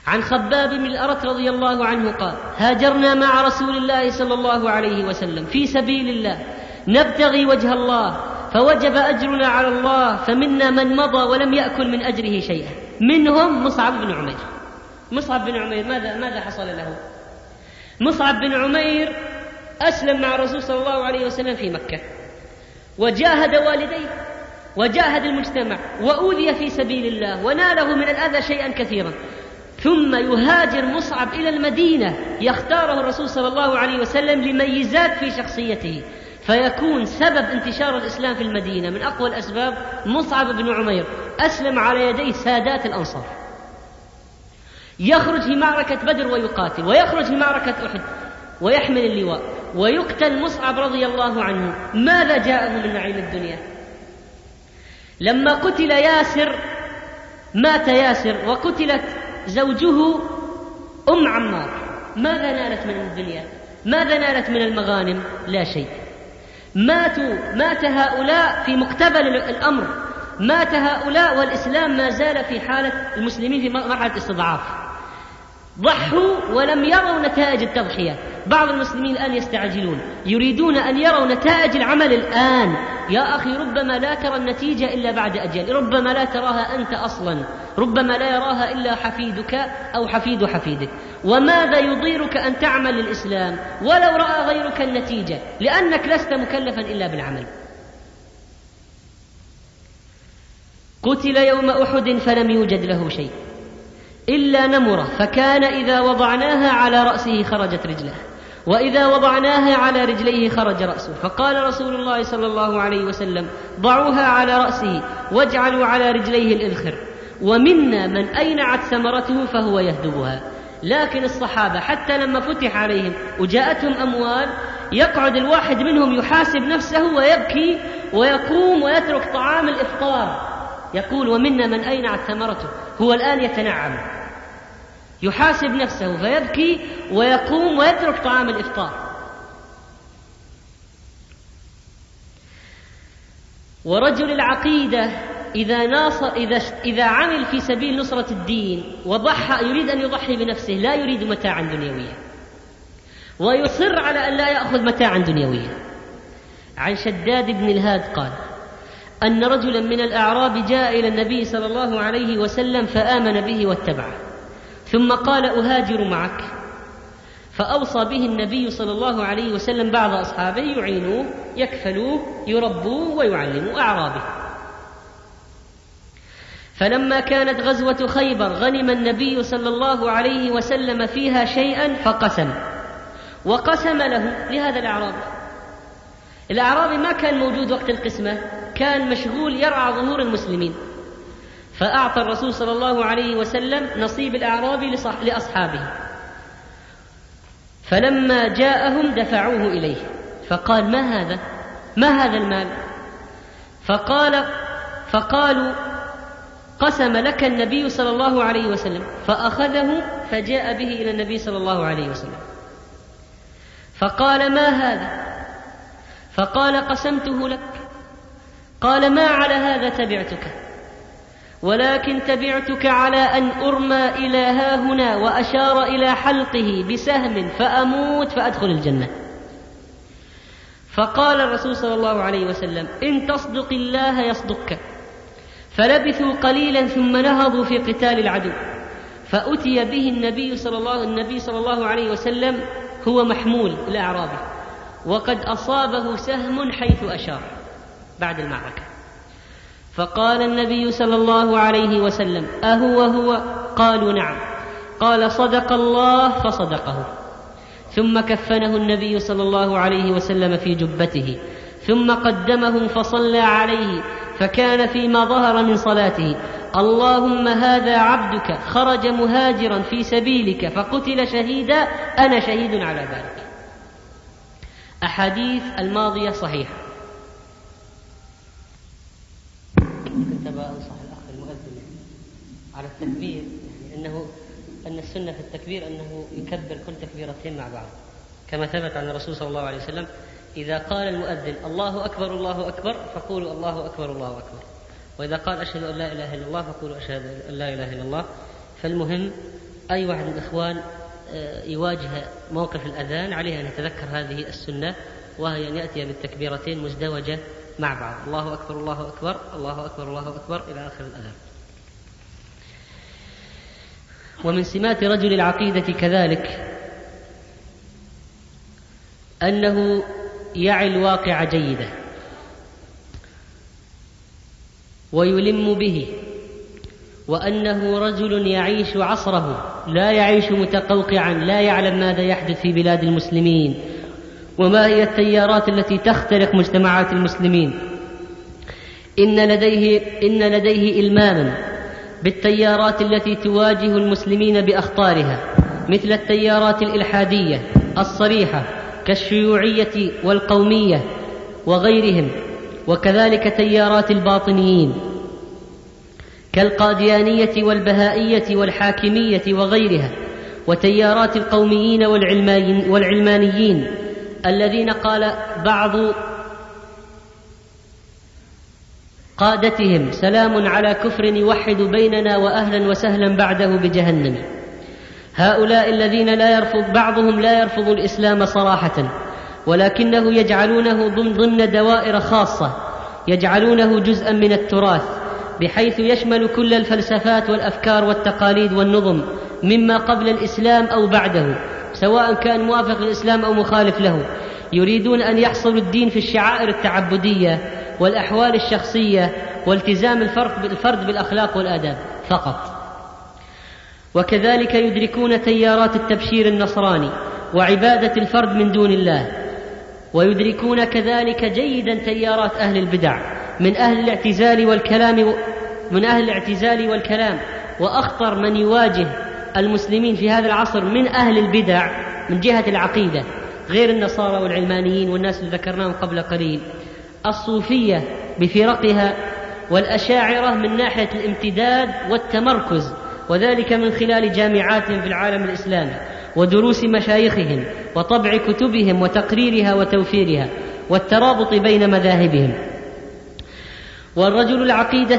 عن خباب بن الأرت رضي الله عنه قال: هاجرنا مع رسول الله صلى الله عليه وسلم في سبيل الله نبتغي وجه الله، فوجب أجرنا على الله، فمنا من مضى ولم يأكل من أجره شيئا، منهم مصعب بن عمير. مصعب بن عمير ماذا حصل له؟ مصعب بن عمير أسلم مع الرسول صلى الله عليه وسلم في مكة، وجاهد والديه وجاهد المجتمع وأوذي في سبيل الله وناله من الأذى شيئا كثيرا، ثم يهاجر مصعب إلى المدينة يختاره الرسول صلى الله عليه وسلم لميزات في شخصيته، فيكون سبب انتشار الإسلام في المدينة. من أقوى الأسباب مصعب بن عمير أسلم على يدي سادات الأنصار، يخرج في معركة بدر ويقاتل، ويخرج في معركة أحد ويحمل اللواء، ويقتل مصعب رضي الله عنه. ماذا جاءه من نعيم الدنيا؟ لما قتل ياسر، مات ياسر وقتلت زوجه أم عمار، ماذا نالت من الدنيا؟ ماذا نالت من المغانم؟ لا شيء. مات هؤلاء في مقتبل الأمر، مات هؤلاء والإسلام ما زال في حالة، المسلمين في مرحلة استضعاف، ضحوا ولم يروا نتائج التضحية. بعض المسلمين الآن يستعجلون، يريدون أن يروا نتائج العمل الآن. يا أخي، ربما لا ترى النتيجة إلا بعد أجل، ربما لا تراها أنت أصلا، ربما لا يراها إلا حفيدك أو حفيد حفيدك. وماذا يضيرك أن تعمل للإسلام ولو رأى غيرك النتيجة؟ لأنك لست مكلفا إلا بالعمل. قتل يوم أحد فلم يوجد له شيء إلا نمرة، فكان إذا وضعناها على رأسه خرجت رجله، وإذا وضعناها على رجليه خرج رأسه. فقال رسول الله صلى الله عليه وسلم: ضعوها على رأسه واجعلوا على رجليه الإذخر، ومنا من أينعت ثمرته فهو يهدبها. لكن الصحابة حتى لما فتح عليهم وجاءتهم أموال، يقعد الواحد منهم يحاسب نفسه ويبكي ويقوم ويترك طعام الإفطار. يقول: ومنا من أينعت ثمرته، هو الآن يتنعم، يحاسب نفسه فيبكي ويقوم ويترك طعام الإفطار. ورجل العقيدة إذا عمل في سبيل نصرة الدين وضحى، يريد أن يضحي بنفسه، لا يريد متاعا دنيويا، ويصر على أن لا يأخذ متاعا دنيويا. عن شداد بن الهاد قال: أن رجلا من الأعراب جاء إلى النبي صلى الله عليه وسلم فآمن به واتبعه، ثم قال: أهاجر معك. فأوصى به النبي صلى الله عليه وسلم بعض أصحابه يعينوه، يكفلوه، يربوه ويعلموا أعرابه. فلما كانت غزوة خيبر غنم النبي صلى الله عليه وسلم فيها شيئا فقسم، وقسم لهذا الأعرابي ما كان موجود وقت القسمة، كان مشغول يرعى ظهور المسلمين، فأعطى الرسول صلى الله عليه وسلم نصيب الأعرابي لأصحابه. فلما جاءهم دفعوه إليه، فقال: ما هذا المال؟ فقالوا: قسم لك النبي صلى الله عليه وسلم. فأخذه فجاء به إلى النبي صلى الله عليه وسلم، فقال: ما هذا؟ فقال: قسمته لك. قال: ما على هذا تبعتك، ولكن تبعتك على أن أرمى إلى هاهنا، وأشار إلى حلقه بسهم فأموت فأدخل الجنة. فقال الرسول صلى الله عليه وسلم: إن تصدق الله يصدقك. فلبثوا قليلا ثم نهضوا في قتال العدو، فأتي به النبي صلى الله عليه وسلم هو محمول الأعرابي، وقد أصابه سهم حيث أشار بعد المعركة. فقال النبي صلى الله عليه وسلم: أهو؟ قالوا: نعم. قال: صدق الله فصدقه. ثم كفنه النبي صلى الله عليه وسلم في جبته، ثم قدمه فصلى عليه، فكان فيما ظهر من صلاته: اللهم هذا عبدك خرج مهاجرا في سبيلك فقتل شهيدا، أنا شهيد على ذلك. أحاديث الماضية صحيحة. كنت أنصح الأخ المؤذن على التكبير، أن السنة في التكبير أنه يكبر كل تكبيرتين مع بعض، كما ثبت عن الرسول صلى الله عليه وسلم: إذا قال المؤذن الله أكبر الله أكبر فقولوا الله أكبر الله أكبر، وإذا قال أشهد أن لا إله إلا الله فقولوا أشهد أن لا إله إلا الله. فالمهم أي واحد من الإخوان يواجه موقف الأذان عليه أن يتذكر هذه السنة، وهي أن يأتي بالتكبيرتين مزدوجة مع بعض، الله أكبر الله أكبر الله أكبر الله أكبر إلى آخر الأذان. ومن سمات رجل العقيدة كذلك أنه يعي الواقع جيدا ويلم به، وأنه رجل يعيش عصره لا يعيش متقوقعا، لا يعلم ماذا يحدث في بلاد المسلمين وما هي التيارات التي تخترق مجتمعات المسلمين. إن لديه إلماما بالتيارات التي تواجه المسلمين بأخطارها، مثل التيارات الإلحادية الصريحة كالشيوعية والقومية وغيرهم، وكذلك تيارات الباطنيين كالقاديانية والبهائية والحاكمية وغيرها، وتيارات القوميين والعلمانيين الذين قال بعض قادتهم سلام على كفر يوحد بيننا وأهلا وسهلا بعده بجهنم. هؤلاء الذين بعضهم لا يرفض الإسلام صراحة، ولكنه يجعلونه ضمن دوائر خاصة، يجعلونه جزءا من التراث، بحيث يشمل كل الفلسفات والأفكار والتقاليد والنظم مما قبل الإسلام أو بعده، سواء كان موافق للإسلام أو مخالف له. يريدون أن يحصلوا الدين في الشعائر التعبدية والأحوال الشخصية والتزام الفرد بالأخلاق والآداب فقط. وكذلك يدركون تيارات التبشير النصراني وعبادة الفرد من دون الله، ويدركون كذلك جيدا تيارات أهل البدع من أهل الاعتزال والكلام. وأخطر من يواجه المسلمين في هذا العصر من أهل البدع من جهة العقيدة، غير النصارى والعلمانيين والناس اللي ذكرناهم قبل قليل، الصوفية بفرقها، والأشاعرة من ناحية الامتداد والتمركز، وذلك من خلال جامعاتهم في العالم الإسلامي ودروس مشايخهم وطبع كتبهم وتقريرها وتوفيرها والترابط بين مذاهبهم. والرجل العقيدة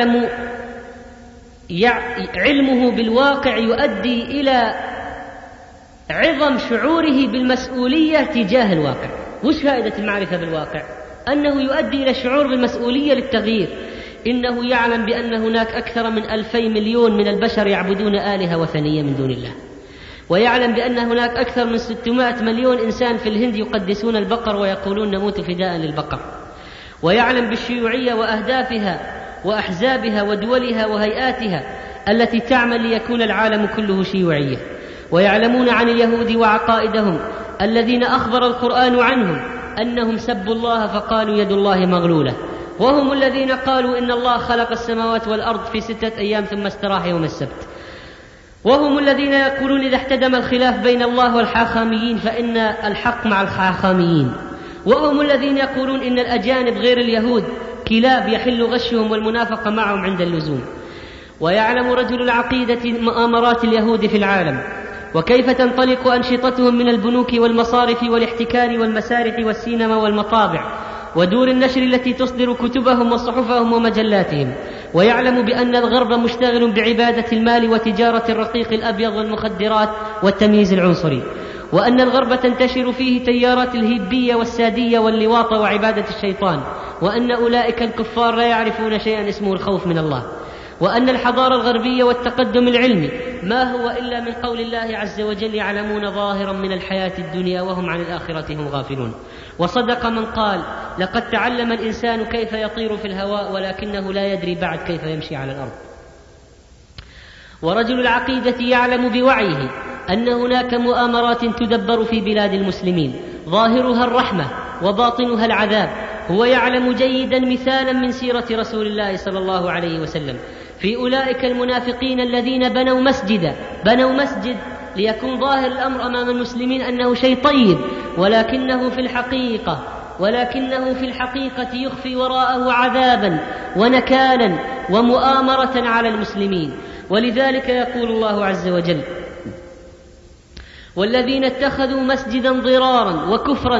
علمه بالواقع يؤدي إلى عظم شعوره بالمسؤولية تجاه الواقع. وش فائدة المعرفة بالواقع؟ أنه يؤدي إلى الشعور بالمسؤولية للتغيير. إنه يعلم بأن هناك أكثر من 2 مليون من البشر يعبدون آلهة وثنية من دون الله، ويعلم بأن هناك أكثر من 600 مليون إنسان في الهند يقدسون البقر ويقولون نموت فداء للبقر، ويعلم بالشيوعية وأهدافها وأحزابها ودولها وهيئاتها التي تعمل ليكون العالم كله شيوعية. ويعلمون عن اليهود وعقائدهم الذين أخبر القرآن عنهم أنهم سبوا الله فقالوا يد الله مغلولة، وهم الذين قالوا إن الله خلق السماوات والأرض في 6 أيام ثم استراح يوم السبت، وهم الذين يقولون إذا احتدم الخلاف بين الله والحاخاميين فإن الحق مع الحاخاميين، وهم الذين يقولون إن الأجانب غير اليهود كلاب يحل غشهم والمنافقة معهم عند اللزوم. ويعلم رجل العقيدة مؤامرات اليهود في العالم، وكيف تنطلق أنشطتهم من البنوك والمصارف والاحتكار والمسارح والسينما والمطابع ودور النشر التي تصدر كتبهم وصحفهم ومجلاتهم. ويعلم بأن الغرب مشتغل بعبادة المال وتجارة الرقيق الأبيض والمخدرات والتمييز العنصري، وأن الغرب تنتشر فيه تيارات الهيبية والسادية واللواط وعبادة الشيطان، وأن أولئك الكفار لا يعرفون شيئا اسمه الخوف من الله، وأن الحضارة الغربية والتقدم العلمي ما هو إلا من قول الله عز وجل يعلمون ظاهرا من الحياة الدنيا وهم عن الآخرة هم غافلون. وصدق من قال لقد تعلم الإنسان كيف يطير في الهواء ولكنه لا يدري بعد كيف يمشي على الأرض. ورجل العقيدة يعلم بوعيه أن هناك مؤامرات تدبر في بلاد المسلمين ظاهرها الرحمة وباطنها العذاب. هو يعلم جيدا مثالا من سيرة رسول الله صلى الله عليه وسلم في أولئك المنافقين الذين بنوا مسجد ليكون ظاهر الأمر أمام المسلمين أنه شيء طيب، ولكنه في الحقيقة يخفي وراءه عذابا ونكالا ومؤامرة على المسلمين. ولذلك يقول الله عز وجل والذين اتخذوا مسجدا ضرارا وكفرا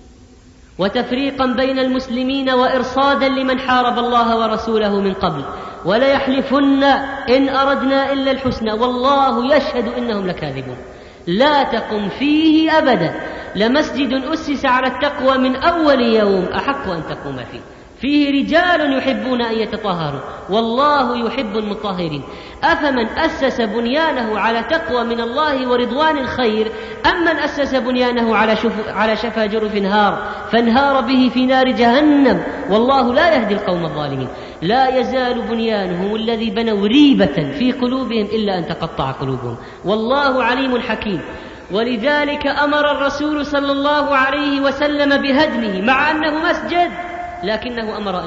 وتفريقا بين المسلمين وإرصادا لمن حارب الله ورسوله من قبل وليحلفن إن أردنا إلا الحسنى والله يشهد إنهم لكاذبون. لا تقم فيه أبدا، لمسجد أسس على التقوى من أول يوم أحق أن تقوم فيه رجال يحبون أن يتطهروا والله يحب المطهرين. أفمن أسس بنيانه على تقوى من الله ورضوان خير أم من أسس بنيانه على شفا جرف هار فانهار به في نار جهنم والله لا يهدي القوم الظالمين. لا يزال بنيانهم الذي بنوا ريبة في قلوبهم إلا أن تقطع قلوبهم والله عليم حكيم. ولذلك أمر الرسول صلى الله عليه وسلم بهدمه مع أنه مسجد، لكنه أمر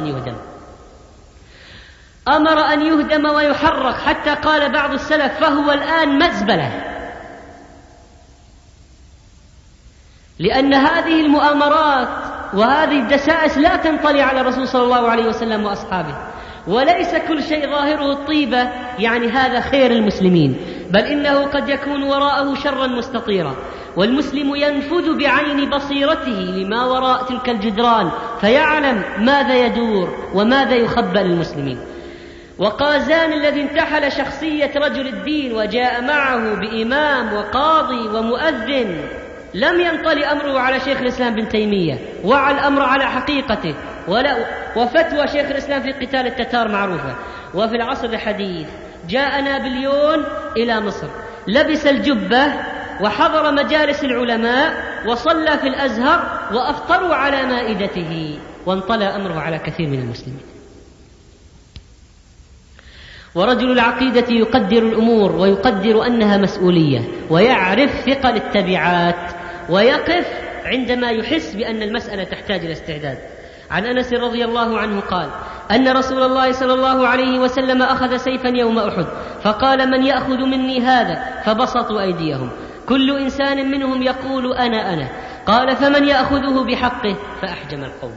أن يهدم ويحرق، حتى قال بعض السلف فهو الآن مزبلة، لأن هذه المؤامرات وهذه الدسائس لا تنطلي على الرسول صلى الله عليه وسلم وأصحابه، وليس كل شيء ظاهره الطيبة يعني هذا خير المسلمين، بل إنه قد يكون وراءه شرا مستطيرا، والمسلم ينفذ بعين بصيرته لما وراء تلك الجدران فيعلم ماذا يدور وماذا يخبأ للمسلمين. وقازان الذي انتحل شخصية رجل الدين وجاء معه بإمام وقاضي ومؤذن لم ينطلي أمره على شيخ الإسلام بن تيمية وعلى الأمر على حقيقته، وفتوى شيخ الإسلام في قتال التتار معروفة. وفي العصر الحديث جاء نابليون إلى مصر، لبس الجبة وحضر مجالس العلماء وصلى في الأزهر وأفطروا على مائدته، وانطلى أمره على كثير من المسلمين. ورجل العقيدة يقدر الأمور ويقدر أنها مسؤولية ويعرف ثقل التبعات ويقف عندما يحس بأن المسألة تحتاج إلى استعداد. عن أنس رضي الله عنه قال أن رسول الله صلى الله عليه وسلم أخذ سيفا يوم أحد فقال من يأخذ مني هذا؟ فبسطوا أيديهم، كل إنسان منهم يقول أنا. قال فمن يأخذه بحقه؟ فأحجم القوم.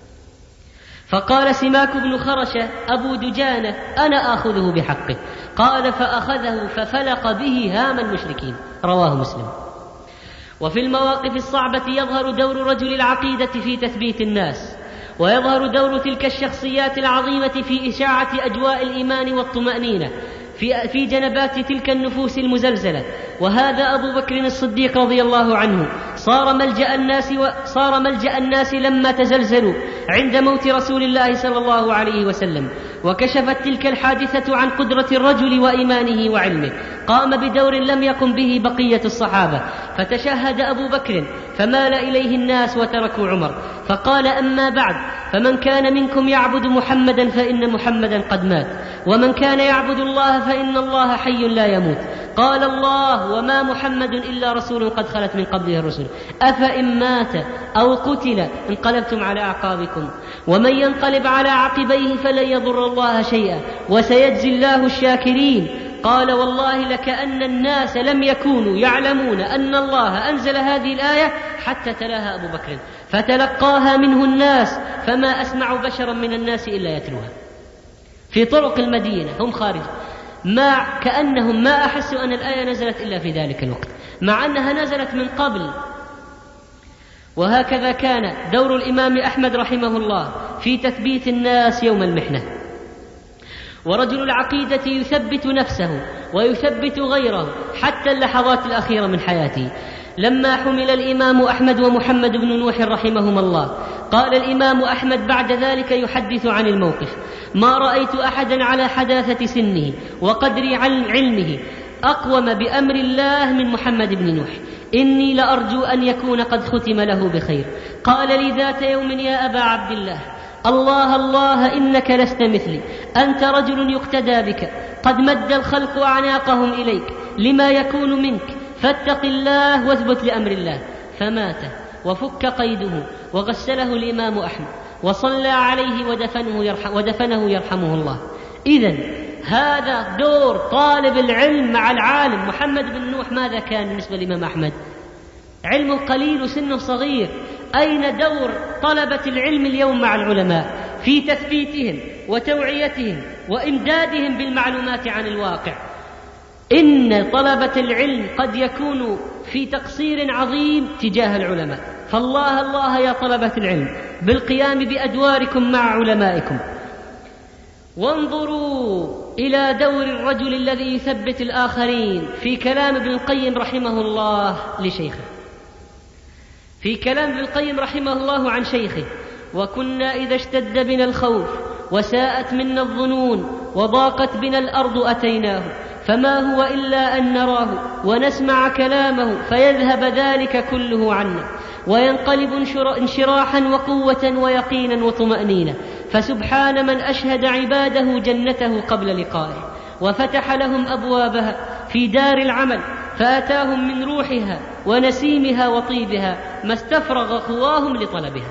فقال سماك بن خرشة أبو دجانة أنا آخذه بحقه. قال فأخذه ففلق به هام المشركين. رواه مسلم. وفي المواقف الصعبة يظهر دور رجل العقيدة في تثبيت الناس، ويظهر دور تلك الشخصيات العظيمة في إشاعة أجواء الإيمان والطمأنينة في جنبات تلك النفوس المزلزلة. وهذا أبو بكر الصديق رضي الله عنه صار ملجأ الناس لما تزلزلوا عند موت رسول الله صلى الله عليه وسلم، وكشفت تلك الحادثة عن قدرة الرجل وإيمانه وعلمه. قام بدور لم يقم به بقية الصحابة، فتشهد أبو بكر فمال إليه الناس وتركوا عمر، فقال أما بعد فمن كان منكم يعبد محمدا فإن محمدا قد مات، ومن كان يعبد الله فإن الله حي لا يموت. قال الله وما محمد إلا رسول قد خلت من قبله الرسل أفإن مات أو قتل انقلبتم على أعقابكم ومن ينقلب على عقبيه فلن يضر الله شيئا وسيجزي الله الشاكرين. قال والله لكأن الناس لم يكونوا يعلمون أن الله أنزل هذه الآية حتى تلاها أبو بكر فتلقاها منه الناس، فما أسمع بشرا من الناس إلا يتلوها في طرق المدينة هم خارج، كأنهم ما أحسوا أن الآية نزلت إلا في ذلك الوقت مع أنها نزلت من قبل. وهكذا كان دور الإمام أحمد رحمه الله في تثبيت الناس يوم المحنة. ورجل العقيدة يثبت نفسه ويثبت غيره حتى اللحظات الأخيرة من حياته. لما حمل الإمام أحمد ومحمد بن نوح رحمهما الله، قال الإمام أحمد بعد ذلك يحدث عن الموقف: ما رأيت أحدا على حداثة سنه وقدر علمه أقوم بأمر الله من محمد بن نوح، إني لأرجو أن يكون قد ختم له بخير. قال لي ذات يوم: يا أبا عبد الله، الله الله إنك لست مثلي، أنت رجل يقتدى بك، قد مد الخلق أعناقهم إليك لما يكون منك، فاتق الله واثبت لأمر الله. فمات وفك قيده وغسله الإمام أحمد وصلى عليه ودفنه يرحمه الله. إذن هذا دور طالب العلم مع العالم. محمد بن نوح ماذا كان بالنسبة للإمام أحمد؟ علمه قليل وسنه صغير. أين دور طلبة العلم اليوم مع العلماء في تثبيتهم وتوعيتهم وإمدادهم بالمعلومات عن الواقع؟ إن طلبة العلم قد يكونوا في تقصير عظيم تجاه العلماء، فالله الله يا طلبة العلم بالقيام بأدواركم مع علمائكم. وانظروا إلى دور الرجل الذي يثبت الآخرين في كلام ابن القيم رحمه الله لشيخه، في كلام ابن القيم رحمه الله عن شيخه: وكنا إذا اشتد بنا الخوف وساءت منا الظنون وضاقت بنا الأرض أتيناه، فما هو إلا أن نراه ونسمع كلامه فيذهب ذلك كله عنا، وينقلب انشراحا وقوة ويقينا وطمأنينة. فسبحان من أشهد عباده جنته قبل لقائه، وفتح لهم أبوابها في دار العمل، فأتاهم من روحها ونسيمها وطيبها ما استفرغ قواهم لطلبها.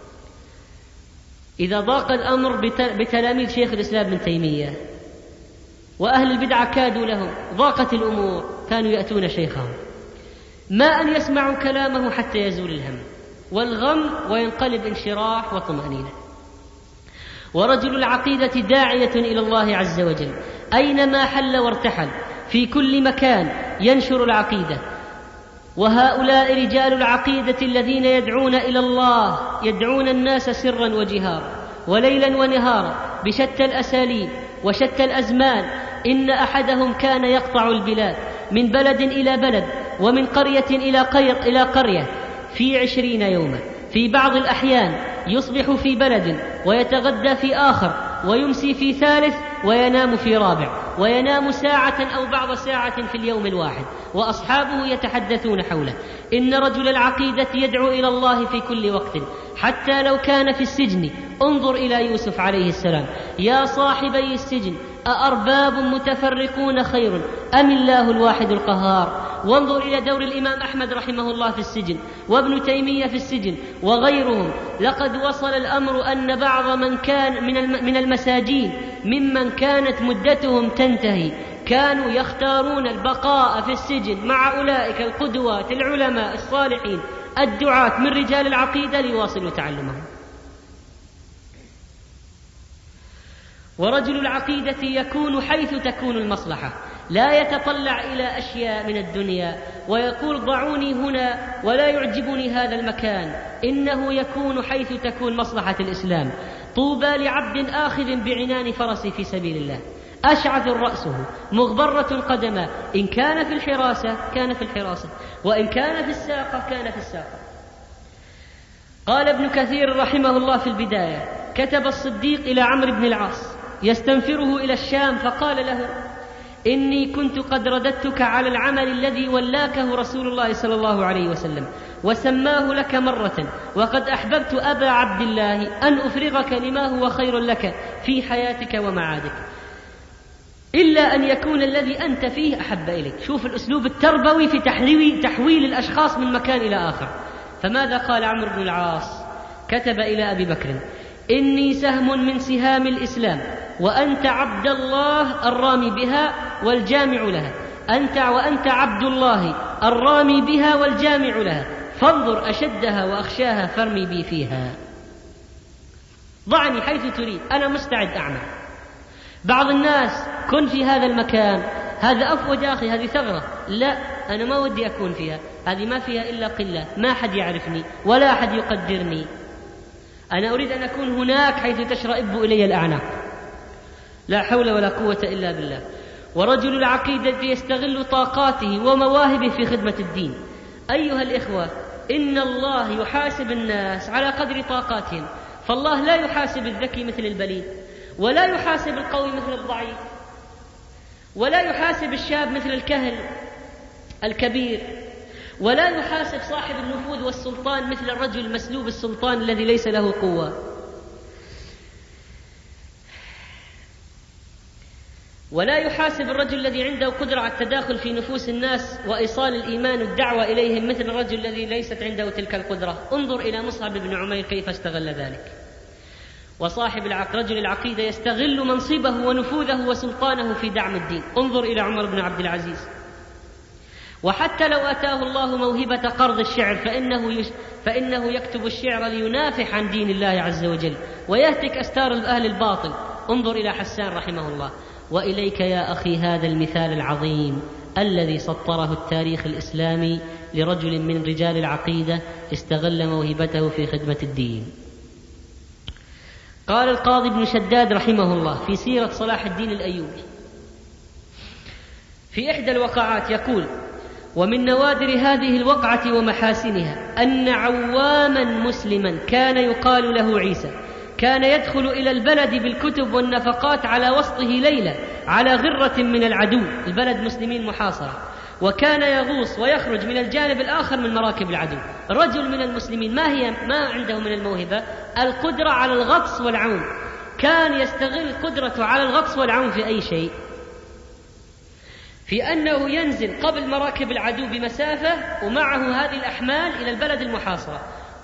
إذا ضاق الأمر بتلاميذ شيخ الإسلام ابن تيمية وأهل البدعة كادوا لهم، ضاقت الأمور، كانوا يأتون شيخهم ما أن يسمعوا كلامه حتى يزول الهم والغم وينقلب انشراح وطمأنينة. ورجل العقيدة داعية إلى الله عز وجل أينما حل وارتحل، في كل مكان ينشر العقيدة. وهؤلاء رجال العقيدة الذين يدعون إلى الله، يدعون الناس سرا وجهارا وليلا ونهارا بشتى الأساليب وشتى الأزمان. إن أحدهم كان يقطع البلاد من بلد إلى بلد ومن قرية إلى قرية في 20 يوما، في بعض الأحيان يصبح في بلد ويتغدى في آخر ويمسي في ثالث وينام في رابع، وينام ساعة أو بعض ساعة في اليوم الواحد، وأصحابه يتحدثون حوله. إن رجل العقيدة يدعو إلى الله في كل وقت حتى لو كان في السجن. انظر إلى يوسف عليه السلام: يا صاحبي السجن أأرباب متفرقون خير أم الله الواحد القهار. وانظر إلى دور الإمام أحمد رحمه الله في السجن، وابن تيمية في السجن وغيرهم. لقد وصل الأمر أن بعض من كان من المساجين ممن كانت مدتهم تنتهي كانوا يختارون البقاء في السجن مع أولئك القدوات العلماء الصالحين الدعاة من رجال العقيدة ليواصلوا تعلمهم. ورجل العقيدة يكون حيث تكون المصلحة، لا يتطلع إلى أشياء من الدنيا ويقول ضعوني هنا ولا يعجبني هذا المكان، إنه يكون حيث تكون مصلحة الإسلام. طوبى لعبد آخذ بعنان فرسه في سبيل الله، أشعث رأسه مغبرة قدمه، إن كان في الحراسة كان في الحراسة، وإن كان في الساقة كان في الساقة. قال ابن كثير رحمه الله في البداية: كتب الصديق إلى عمرو بن العاص يستنفره إلى الشام فقال له: إني كنت قد رددتك على العمل الذي ولاكه رسول الله صلى الله عليه وسلم وسماه لك مرة، وقد أحببت أبا عبد الله أن أفرغك لما هو خير لك في حياتك ومعادك، إلا أن يكون الذي أنت فيه أحب إليك. شوف الأسلوب التربوي في تحويل الأشخاص من مكان إلى آخر. فماذا قال عمرو بن العاص؟ كتب إلى أبي بكر: إني سهم من سهام الإسلام وأنت عبد الله الرامي بها والجامع لها، وأنت عبد الله الرامي بها والجامع لها، فانظر أشدها وأخشاها فارمي بي فيها. ضعني حيث تريد، أنا مستعد أعمل. بعض الناس: كن في هذا المكان، هذا أفوج أخي، هذه ثغرة. لا، أنا ما ودي أكون فيها، هذه ما فيها إلا قلة، ما أحد يعرفني ولا أحد يقدرني. أنا أريد أن أكون هناك حيث تشرئب إلي الأعناق. لا حول ولا قوة إلا بالله. ورجل العقيدة يستغل طاقاته ومواهبه في خدمة الدين. أيها الإخوة، إن الله يحاسب الناس على قدر طاقاتهم، فالله لا يحاسب الذكي مثل البليد، ولا يحاسب القوي مثل الضعيف، ولا يحاسب الشاب مثل الكهل الكبير، ولا يحاسب صاحب النفوذ والسلطان مثل الرجل مسلوب السلطان الذي ليس له قوة. ولا يحاسب الرجل الذي عنده قدرة على التداخل في نفوس الناس وإيصال الإيمان والدعوة إليهم مثل الرجل الذي ليست عنده تلك القدرة. انظر إلى مصعب بن عمير كيف استغل ذلك. وصاحب رجل العقيدة يستغل منصبه ونفوذه وسلطانه في دعم الدين. انظر إلى عمر بن عبد العزيز. وحتى لو أتاه الله موهبة قرض الشعر فإنه يكتب الشعر لينافح عن دين الله عز وجل ويهتك أستار أهل الباطل. انظر إلى حسان رحمه الله. وإليك يا أخي هذا المثال العظيم الذي سطره التاريخ الإسلامي لرجل من رجال العقيدة استغل موهبته في خدمة الدين. قال القاضي ابن شداد رحمه الله في سيرة صلاح الدين الأيوبي في إحدى الوقعات يقول: ومن نوادر هذه الوقعة ومحاسنها أن عواما مسلما كان يقال له عيسى كان يدخل إلى البلد بالكتب والنفقات على وسطه ليلة على غرة من العدو، البلد مسلمين محاصرة، وكان يغوص ويخرج من الجانب الآخر من مراكب العدو. رجل من المسلمين ما عنده من الموهبة القدرة على الغطس والعوم، كان يستغل قدرته على الغطس والعوم في أي شيء، في أنه ينزل قبل مراكب العدو بمسافة ومعه هذه الأحمال إلى البلد المحاصرة،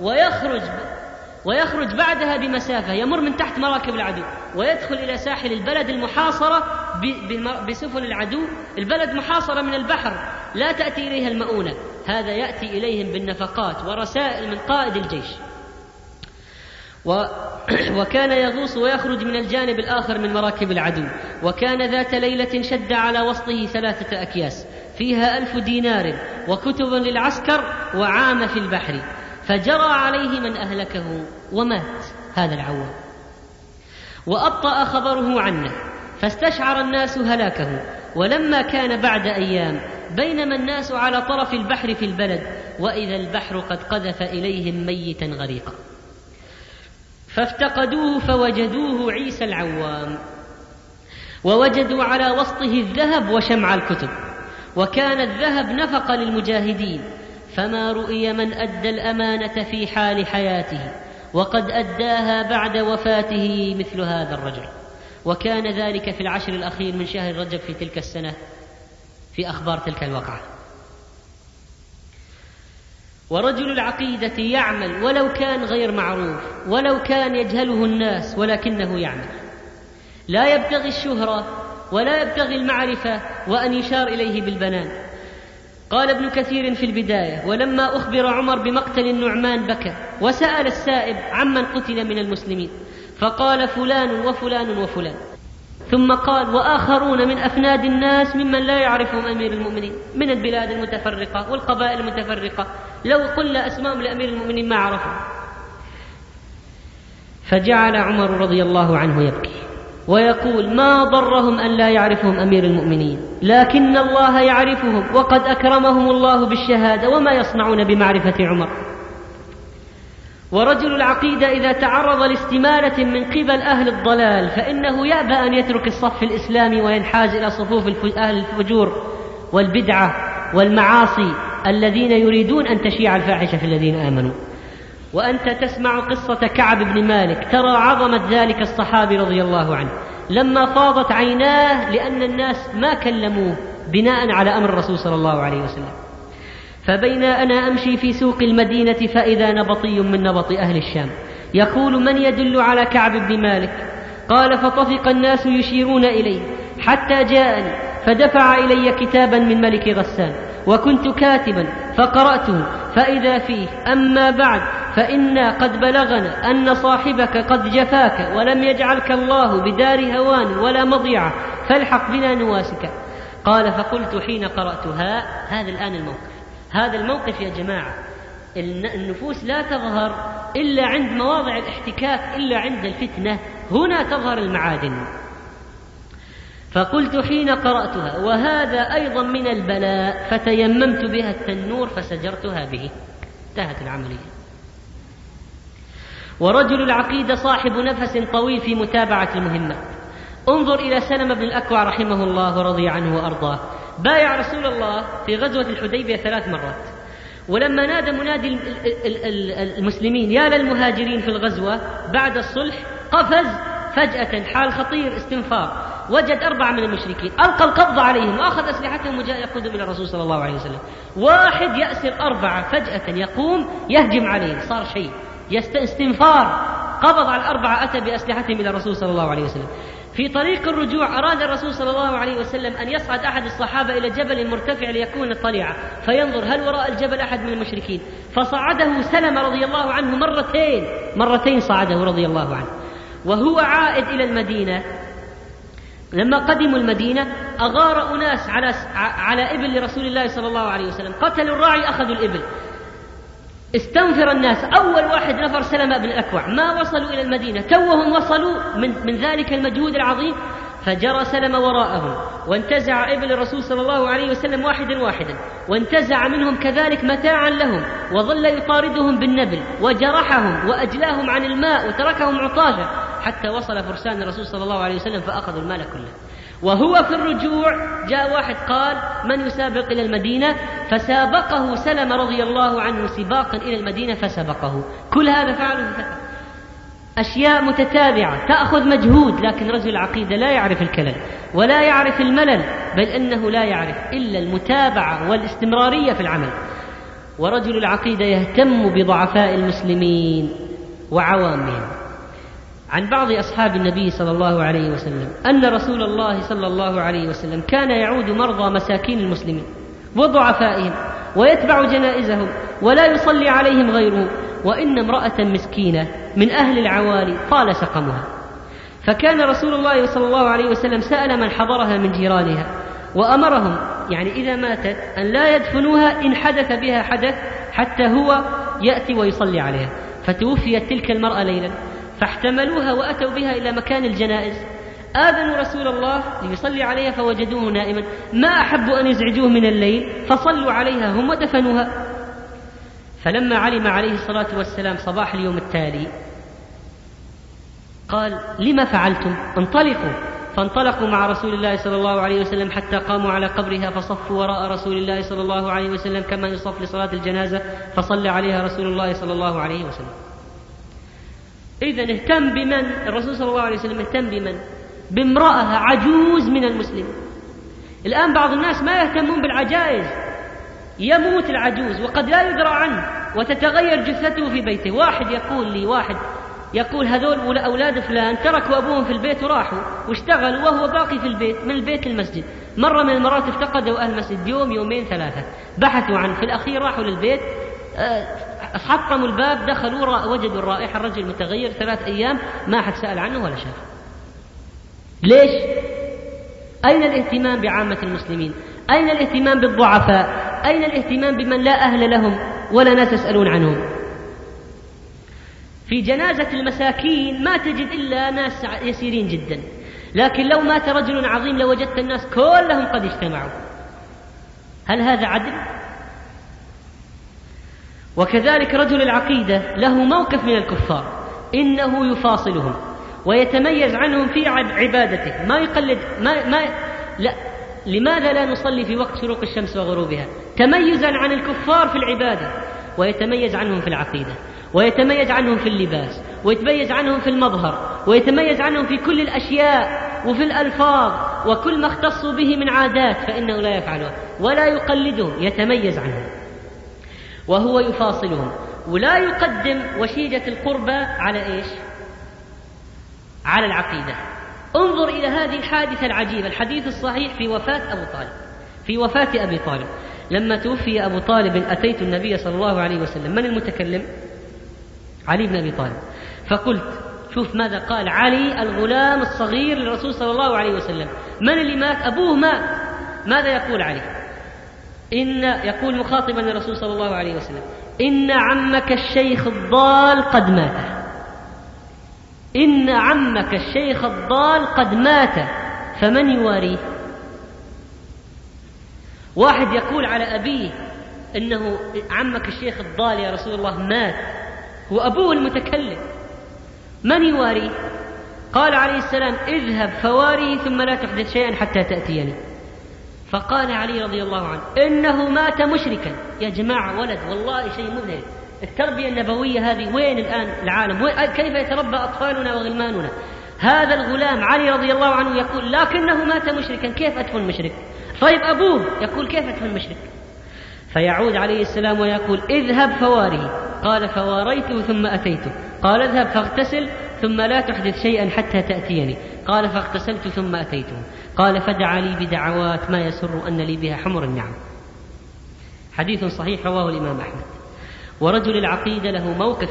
ويخرج بعدها بمسافة يمر من تحت مراكب العدو ويدخل إلى ساحل البلد المحاصرة بسفن العدو. البلد محاصرة من البحر لا تأتي إليها المؤونة، هذا يأتي إليهم بالنفقات ورسائل من قائد الجيش. وكان يغوص ويخرج من الجانب الآخر من مراكب العدو. وكان ذات ليلة شد على وسطه 3 أكياس فيها 1000 دينار وكتب للعسكر وعام في البحر، فجرى عليه من أهلكه ومات هذا العوام، وأبطأ خبره عنه، فاستشعر الناس هلاكه. ولما كان بعد أيام بينما الناس على طرف البحر في البلد، وإذا البحر قد قذف إليهم ميتا غريقا، فافتقدوه فوجدوه عيسى العوام، ووجدوا على وسطه الذهب وشمع الكتب، وكان الذهب نفق للمجاهدين، فما رؤي من أدى الأمانة في حال حياته وقد أداها بعد وفاته مثل هذا الرجل. وكان ذلك في العشر الأخير من شهر رجب في تلك السنة في أخبار تلك الوقعة. ورجل العقيدة يعمل ولو كان غير معروف، ولو كان يجهله الناس، ولكنه يعمل، لا يبتغي الشهرة ولا يبتغي المعرفة وأن يشار إليه بالبنان. قال ابن كثير في البداية: ولما أخبر عمر بمقتل النعمان بكى، وسأل السائب عمن قتل من المسلمين، فقال: فلان وفلان وفلان. ثم قال: وآخرون من أفناد الناس ممن لا يعرفهم أمير المؤمنين من البلاد المتفرقة والقبائل المتفرقة، لو قلنا أسماءهم لأمير المؤمنين ما عرفوا. فجعل عمر رضي الله عنه يبكي ويقول: ما ضرهم أن لا يعرفهم أمير المؤمنين، لكن الله يعرفهم وقد أكرمهم الله بالشهادة، وما يصنعون بمعرفة عمر. ورجل العقيدة إذا تعرض لاستمالة من قبل أهل الضلال فإنه يأبى أن يترك الصف الإسلامي وينحاز إلى صفوف أهل الفجور والبدعة والمعاصي الذين يريدون أن تشيع الفاحشة في الذين آمنوا. وأنت تسمع قصة كعب بن مالك ترى عظمة ذلك الصحابي رضي الله عنه لما فاضت عيناه لأن الناس ما كلموه بناء على أمر الرسول صلى الله عليه وسلم. فبين أنا أمشي في سوق المدينة فإذا نبطي من نبط أهل الشام يقول: من يدل على كعب بن مالك؟ قال: فطفق الناس يشيرون إليه حتى جاءني، فدفع إلي كتابا من ملك غسان، وكنت كاتبا فقرأته، فإذا فيه: أما بعد فإنا قد بلغنا أن صاحبك قد جفاك ولم يجعلك الله بدار هوان ولا مضيعة، فالحق بنا نواسك. قال: فقلت حين قرأتها: هذا الآن الموقف، هذا الموقف يا جماعة. النفوس لا تظهر إلا عند مواضع الاحتكاك، إلا عند الفتنة، هنا تظهر المعادن. فقلت حين قرأتها: وهذا أيضا من البلاء، فتيممت بها التنور فسجرتها به. انتهت العملية. ورجل العقيدة صاحب نفس طويل في متابعة المهمات. انظر إلى سلمة بن الأكوع رحمه الله ورضي عنه وأرضاه، بايع رسول الله في غزوة الحديبية 3 مرات، ولما نادى منادي المسلمين يا للمهاجرين في الغزوة بعد الصلح قفز فجأة حال خطير استنفار، وجد 4 من المشركين، ألقى القبض عليهم وأخذ أسلحتهم وجاء يقودهم إلى الرسول صلى الله عليه وسلم. واحد يأسر 4 فجأة يقوم يهجم عليهم، صار شيء استنفار، قبض على 4 أتى بأسلحتهم إلى الرسول صلى الله عليه وسلم. في طريق الرجوع أراد الرسول صلى الله عليه وسلم أن يصعد أحد الصحابة إلى جبل مرتفع ليكون طليعة فينظر هل وراء الجبل أحد من المشركين، فصعده سلمة رضي الله عنه مرتين صعده رضي الله عنه. وهو عائد إلى المدينة لما قدموا المدينة أغار أناس على إبل لرسول الله صلى الله عليه وسلم، قتلوا الراعي أخذوا الإبل، استنفر الناس. أول واحد نفر سلمة بن الأكوع، ما وصلوا إلى المدينة، توهم وصلوا من ذلك المجهود العظيم، فجرى سلمة وراءهم وانتزع إبل الرسول صلى الله عليه وسلم واحدا واحدا، وانتزع منهم كذلك متاعا لهم، وظل يطاردهم بالنبل وجرحهم وأجلاهم عن الماء وتركهم عطاشا حتى وصل فرسان الرسول صلى الله عليه وسلم فأخذوا المال كله. وهو في الرجوع جاء واحد قال: من يسابق إلى المدينة؟ فسابقه سلمة رضي الله عنه سباقا إلى المدينة فسبقه. كل هذا فعله أشياء متتابعة تأخذ مجهود، لكن رجل العقيدة لا يعرف الكلل ولا يعرف الملل، بل إنه لا يعرف إلا المتابعة والاستمرارية في العمل. ورجل العقيدة يهتم بضعفاء المسلمين وعوامهم. عن بعض أصحاب النبي صلى الله عليه وسلم أن رسول الله صلى الله عليه وسلم كان يعود مرضى مساكين المسلمين وضعفائهم ويتبع جنائزهم ولا يصلي عليهم غيره، وإن امرأة مسكينة من أهل العوالي طال سقمها، فكان رسول الله صلى الله عليه وسلم سأل من حضرها من جيرانها وأمرهم يعني إذا ماتت أن لا يدفنوها إن حدث بها حدث حتى هو يأتي ويصلي عليها. فتوفيت تلك المرأة ليلا، فاحتملوها وأتوا بها إلى مكان الجنائز، آذنوا رسول الله ليصلي عليها فوجدوه نائما، ما أحبوا أن يزعجوه من الليل فصلوا عليها هم ودفنوها. فلما علم عليه الصلاة والسلام صباح اليوم التالي قال: لما فعلتم؟ انطلقوا. فانطلقوا مع رسول الله صلى الله عليه وسلم حتى قاموا على قبرها فصفوا وراء رسول الله صلى الله عليه وسلم كما يصف لصلاة الجنازة، فصلى عليها رسول الله صلى الله عليه وسلم. إذن اهتم بمن؟ الرسول صلى الله عليه وسلم اهتم بمن؟ بامرأة عجوز من المسلمين. الآن بعض الناس ما يهتمون بالعجائز، يموت العجوز وقد لا يدرى عنه وتتغير جثته في بيته. واحد يقول هذول أولاد فلان تركوا أبوهم في البيت وراحوا واشتغلوا وهو باقي في البيت، من البيت للمسجد. مرة من المرات افتقدوا أهل المسجد يوم يومين ثلاثة، بحثوا عنه، في الأخير راحوا للبيت، حطموا الباب، دخلوا وجدوا الرائحة، الرجل متغير 3 أيام، ما حد سأل عنه ولا شاف. ليش؟ أين الاهتمام بعامة المسلمين؟ أين الاهتمام بالضعفاء؟ أين الاهتمام بمن لا أهل لهم ولا ناس يسألون عنهم؟ في جنازة المساكين ما تجد إلا ناس يسيرين جدا، لكن لو مات رجل عظيم لوجدت الناس كلهم قد اجتمعوا. هل هذا عدل؟ وكذلك رجل العقيدة له موقف من الكفار، إنه يفاصلهم ويتميز عنهم في عبادته، ما يقلد لا. لماذا لا نصلي في وقت شروق الشمس وغروبها؟ تميزا عن الكفار في العبادة، ويتميز عنهم في العقيدة، ويتميز عنهم في اللباس، ويتميز عنهم في المظهر، ويتميز عنهم في كل الأشياء وفي الألفاظ وكل ما اختصوا به من عادات، فإنه لا يفعلها ولا يقلدهم، يتميز عنهم وهو يفاصلهم، ولا يقدم وشيجة القربة على إيش؟ على العقيدة. انظر إلى هذه الحادثة العجيبة، الحديث الصحيح في وفاة أبي طالب. لما توفي أبو طالب أتيت النبي صلى الله عليه وسلم، من المتكلم؟ علي بن أبي طالب. فقلت: شوف ماذا قال علي الغلام الصغير للرسول صلى الله عليه وسلم. من اللي مات؟ أبوه مات. ماذا يقول علي؟ يقول مخاطبا الرسول صلى الله عليه وسلم: إن عمك الشيخ الضال قد مات، إن عمك الشيخ الضال قد مات فمن يواريه؟ واحد يقول على أبيه إنه عمك الشيخ الضال يا رسول الله مات، هو أبوه المتكلم، من يواريه؟ قال عليه السلام: اذهب فواريه ثم لا تحدث شيئا حتى تأتيني. فقال علي رضي الله عنه: إنه مات مشركا. يا جماعة ولد والله شيء مذهل. التربية النبوية هذه وين الآن العالم؟ كيف يتربى أطفالنا وغلماننا؟ هذا الغلام علي رضي الله عنه يقول: لكنه مات مشركا، كيف أدفن مشرك؟ طيب أبوه يقول: كيف أدفن مشرك؟ فيعود عليه السلام ويقول: اذهب فواريه. قال: فواريته ثم أتيته. قال: اذهب فاغتسل ثم لا تحدث شيئا حتى تأتيني. قال: فاغتسلت ثم أتيته. قال: فدعا لي بدعوات ما يسر أن لي بها حمر النعم. حديث صحيح رواه الإمام أحمد. ورجل العقيدة له موقف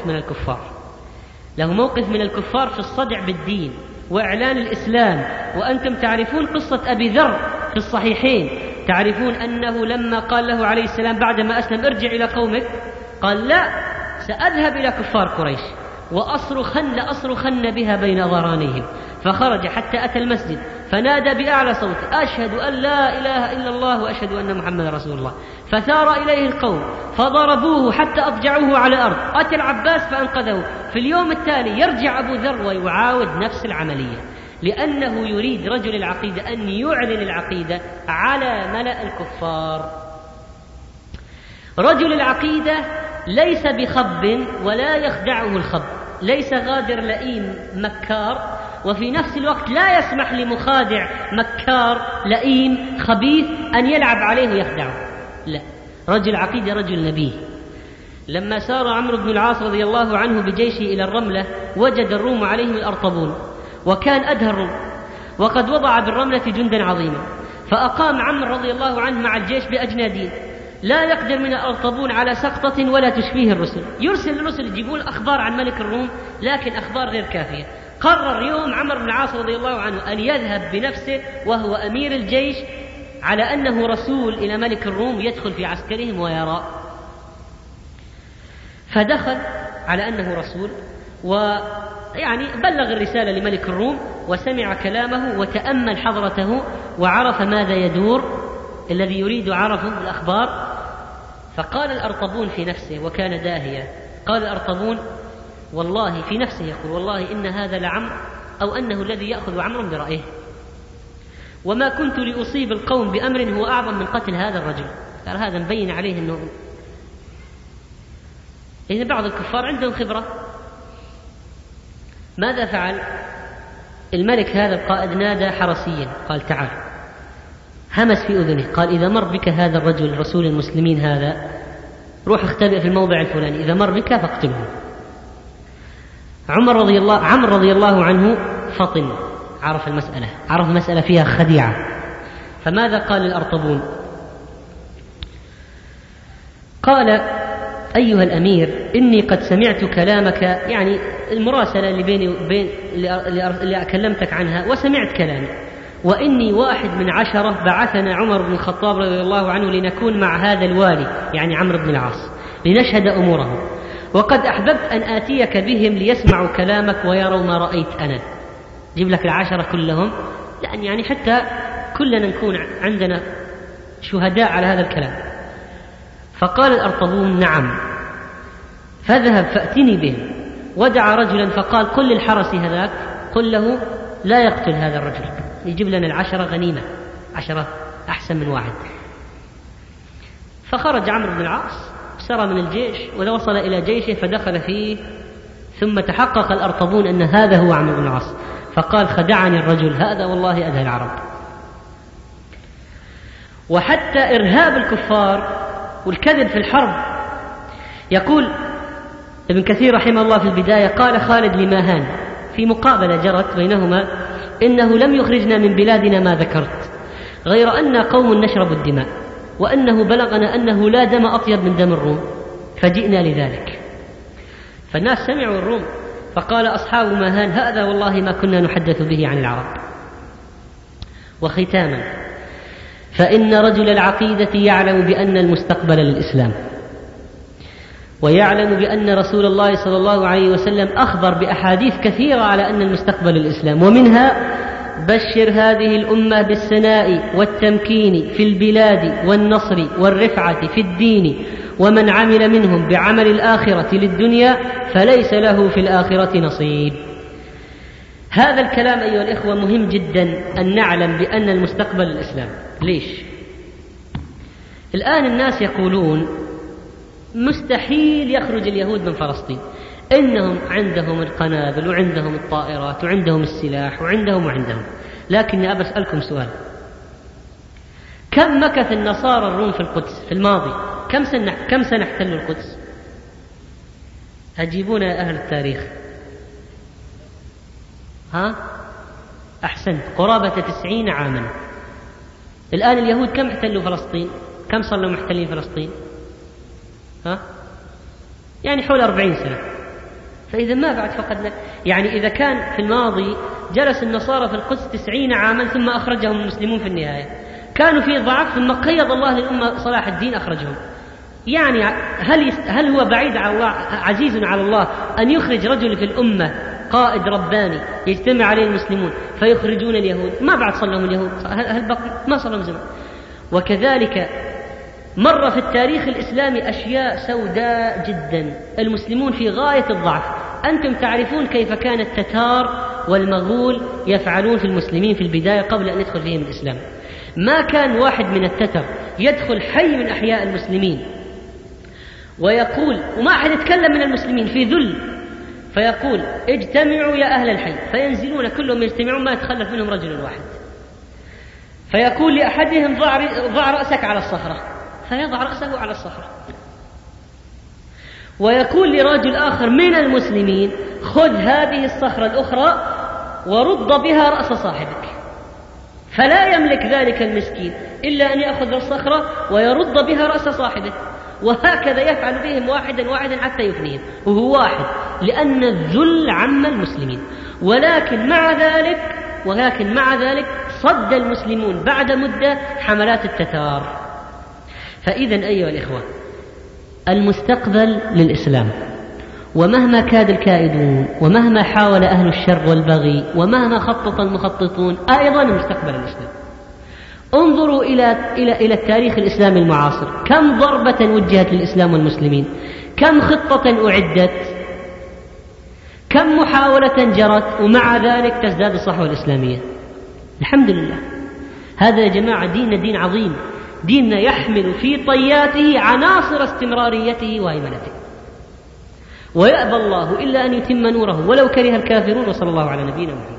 من الكفار في الصدع بالدين وإعلان الإسلام. وأنتم تعرفون قصة أبي ذر في الصحيحين، تعرفون أنه لما قال له عليه السلام بعدما أسلم: ارجع إلى قومك، قال: لا، سأذهب إلى كفار قريش لأصرخن بها بين ظهرانيهم. فخرج حتى أتى المسجد فنادى بأعلى صوت: أشهد أن لا إله إلا الله وأشهد أن محمد رسول الله. فثار إليه القوم فضربوه حتى أضجعوه على الأرض. أتى العباس فأنقذه. في اليوم التالي يرجع أبو ذر ويعاود نفس العملية، لأنه يريد رجل العقيدة أن يعلن العقيدة على ملأ الكفار. رجل العقيدة ليس بخب ولا يخدعه الخب، ليس غادر لئيم مكار، وفي نفس الوقت لا يسمح لمخادع مكار لئيم خبيث أن يلعب عليه ويخدعه. لا، رجل عقيدة رجل نبيه. لما سار عمرو بن العاص رضي الله عنه بجيشه إلى الرملة وجد الروم عليهم الأرطبون، وكان أدهى الروم وقد وضع بالرملة جندا عظيما. فأقام عمرو رضي الله عنه مع الجيش بأجنادين، لا يقدر من الأرطبون على سقطة ولا تشفيه الرسل. يرسل الرسل يجيبون أخبار عن ملك الروم، لكن أخبار غير كافية. قرر يوم عمرو بن العاص رضي الله عنه أن يذهب بنفسه وهو أمير الجيش على أنه رسول إلى ملك الروم، يدخل في عسكرهم ويرى. فدخل على أنه رسول، ويعني بلغ الرسالة لملك الروم وسمع كلامه وتأمل حضرته وعرف ماذا يدور، الذي يريد عرفه بالأخبار. فقال الأرطبون في نفسه، وكان داهيا، قال الأرطبون والله في نفسه يقول: والله إن هذا لعمرو، أو أنه الذي يأخذ عمرو برأيه، وما كنت لأصيب القوم بأمر هو أعظم من قتل هذا الرجل. قال هذا مبين عليه أنه إن بعض الكفار عندهم خبرة. ماذا فعل الملك هذا القائد؟ نادى حرسيا قال: تعال. همس في أذنه قال: إذا مر بك هذا الرجل رسول المسلمين هذا، روح اختبئ في الموضع الفلاني، إذا مر بك فاقتله. عمرو رضي الله عنه فطن، عرف المسألة فيها خديعة. فماذا قال الأرطبون؟ قال: أيها الأمير، إني قد سمعت كلامك، يعني المراسلة اللي بيني وبين اللي أكلمتك عنها، وسمعت كلامي، وإني 1 من 10 بعثنا عمر بن الخطاب رضي الله عنه لنكون مع هذا الوالي، يعني عمرو بن العاص، لنشهد أموره، وقد أحببت أن آتيك بهم ليسمعوا كلامك ويروا ما رأيت أنا. جيب لك 10 كلهم، لأن يعني حتى كلنا نكون عندنا شهداء على هذا الكلام. فقال الأرطبون: نعم. فاذهب فأتني بهم. ودعا رجلا فقال: قل للحرس هذاك، قل له لا يقتل هذا الرجل، يجيب لنا 10 غنيمة، 10 أحسن من 1. فخرج عمرو بن العاص، سرى من الجيش ووصل إلى جيشه فدخل فيه، ثم تحقق الأرطبون أن هذا هو عمرو بن العاص، فقال: خدعني الرجل هذا والله أدهى العرب. وحتى إرهاب الكفار والكذب في الحرب، يقول ابن كثير رحمه الله في البداية، قال خالد لماهان في مقابلة جرت بينهما: إنه لم يخرجنا من بلادنا ما ذكرت، غير أن قوم نشرب الدماء، وأنه بلغنا أنه لا دم أطيب من دم الروم، فجئنا لذلك. فالناس سمعوا الروم، فقال أصحاب ماهان: هذا والله ما كنا نحدث به عن العرب. وختاما، فإن رجل العقيدة يعلم بأن المستقبل للإسلام، ويعلم بأن رسول الله صلى الله عليه وسلم أخبر بأحاديث كثيرة على أن المستقبل للإسلام، ومنها: بشر هذه الأمة بالسناء والتمكين في البلاد والنصر والرفعة في الدين، ومن عمل منهم بعمل الآخرة للدنيا فليس له في الآخرة نصيب. هذا الكلام أيها الإخوة مهم جدا أن نعلم بأن المستقبل الإسلام. ليش؟ الآن الناس يقولون مستحيل يخرج اليهود من فلسطين، إنهم عندهم القنابل وعندهم الطائرات وعندهم السلاح وعندهم. لكن أبى أسألكم سؤال: كم مكث النصارى الروم في القدس في الماضي؟ كم سنة احتلوا القدس؟ أجيبونا يا أهل التاريخ. أحسنت، قرابة 90 عاما. الآن اليهود كم احتلوا فلسطين؟ كم صاروا محتلين فلسطين؟ يعني حول 40 سنة. فإذا ما بعد فقدنا، يعني إذا كان في الماضي جلس النصارى في القدس 90 عاما ثم أخرجهم المسلمون في النهاية، كانوا في ضعف ثم قيض الله للأمة صلاح الدين أخرجهم. يعني هل هو بعيد عن الله، عزيز على الله أن يخرج رجل في الأمة قائد رباني يجتمع عليه المسلمون فيخرجون اليهود؟ ما بعد صلهم اليهود، هل بقي؟ ما صلهم زمان. وكذلك مر في التاريخ الإسلامي أشياء سوداء جدا، المسلمون في غاية الضعف. أنتم تعرفون كيف كان التتار والمغول يفعلون في المسلمين في البداية قبل أن يدخل فيهم الإسلام. ما كان واحد من التتر يدخل حي من أحياء المسلمين ويقول، وما أحد يتكلم من المسلمين في ذل، فيقول اجتمعوا يا أهل الحي، فينزلون كلهم يجتمعون، ما يتخلف منهم رجل واحد، فيقول لأحدهم ضع رأسك على الصخرة، فيضع رأسه على الصخرة، ويقول لرجل آخر من المسلمين خذ هذه الصخرة الأخرى ورد بها رأس صاحبك، فلا يملك ذلك المسكين إلا أن يأخذ الصخرة ويرد بها رأس صاحبه، وهكذا يفعل بهم واحدا واحدا حتى يفنيهم، وهو واحد، لأن الذل عم المسلمين. ولكن مع ذلك صد المسلمون بعد مدة حملات التتار. فإذا أيها الإخوة، المستقبل للإسلام، ومهما كاد الكائدون، ومهما حاول أهل الشر والبغي، ومهما خطط المخططون، أيضا المستقبل الإسلام. انظروا إلى التاريخ الإسلامي المعاصر، كم ضربة وجهت للإسلام والمسلمين، كم خطة أعدت، كم محاولة جرت، ومع ذلك تزداد الصحوة الإسلامية. الحمد لله. هذا يا جماعة دين عظيم، ديننا يحمل في طياته عناصر استمراريته وهيمنته، ويأبى الله إلا أن يتم نوره ولو كره الكافرون. وصلى الله على نبينا محمد.